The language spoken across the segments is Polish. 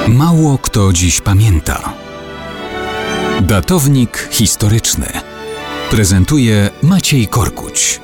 Mało kto dziś pamięta. Datownik historyczny prezentuje Maciej Korkuć.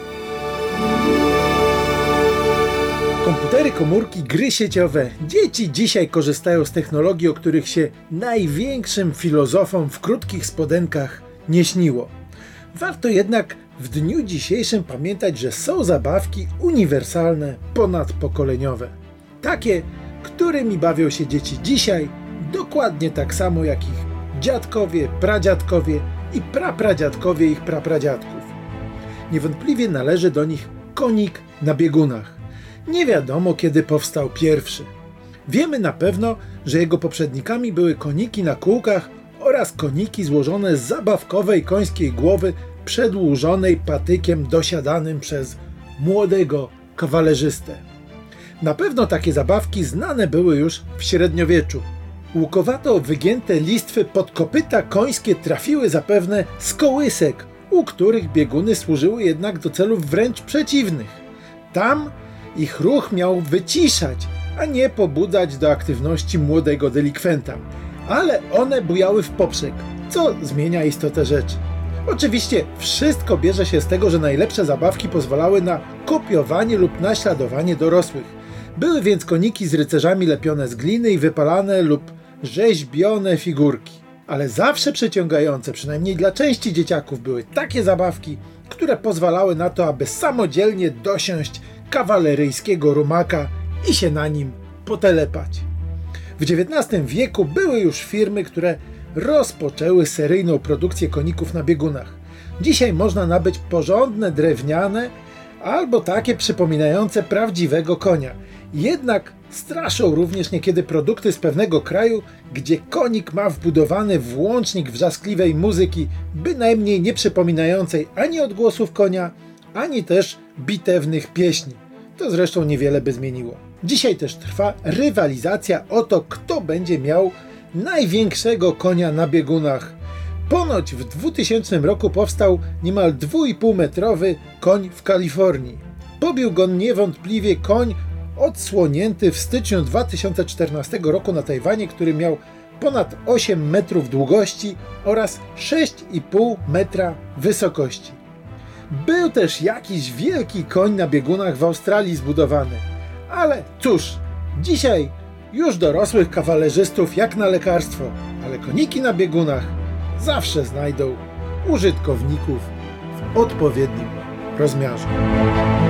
Komputery, komórki, gry sieciowe. Dzieci dzisiaj korzystają z technologii, o których się największym filozofom w krótkich spodenkach nie śniło. Warto jednak w dniu dzisiejszym pamiętać, że są zabawki uniwersalne, ponadpokoleniowe. Takie, którymi bawią się dzieci dzisiaj, dokładnie tak samo jak ich dziadkowie, pradziadkowie i prapradziadkowie ich prapradziadków. Niewątpliwie należy do nich konik na biegunach. Nie wiadomo, kiedy powstał pierwszy. Wiemy na pewno, że jego poprzednikami były koniki na kółkach oraz koniki złożone z zabawkowej końskiej głowy przedłużonej patykiem dosiadanym przez młodego kawalerzystę. Na pewno takie zabawki znane były już w średniowieczu. Łukowato wygięte listwy pod kopyta końskie trafiły zapewne z kołysek, u których bieguny służyły jednak do celów wręcz przeciwnych. Tam ich ruch miał wyciszać, a nie pobudzać do aktywności młodego delikwenta. Ale one bujały w poprzek, co zmienia istotę rzeczy. Oczywiście wszystko bierze się z tego, że najlepsze zabawki pozwalały na kopiowanie lub naśladowanie dorosłych. Były więc koniki z rycerzami lepione z gliny i wypalane lub rzeźbione figurki. Ale zawsze przyciągające, przynajmniej dla części dzieciaków, były takie zabawki, które pozwalały na to, aby samodzielnie dosiąść kawaleryjskiego rumaka i się na nim potelepać. W XIX wieku były już firmy, które rozpoczęły seryjną produkcję koników na biegunach. Dzisiaj można nabyć porządne drewniane albo takie przypominające prawdziwego konia. Jednak straszą również niekiedy produkty z pewnego kraju, gdzie konik ma wbudowany włącznik wrzaskliwej muzyki, bynajmniej nie przypominającej ani odgłosów konia, ani też bitewnych pieśni. To zresztą niewiele by zmieniło. Dzisiaj też trwa rywalizacja o to, kto będzie miał największego konia na biegunach. Ponoć w 2000 roku powstał niemal 2,5-metrowy koń w Kalifornii. Pobił go niewątpliwie koń odsłonięty w styczniu 2014 roku na Tajwanie, który miał ponad 8 metrów długości oraz 6,5 metra wysokości. Był też jakiś wielki koń na biegunach w Australii zbudowany. Ale cóż, dzisiaj już dorosłych kawalerzystów jak na lekarstwo, ale koniki na biegunach zawsze znajdą użytkowników w odpowiednim rozmiarze.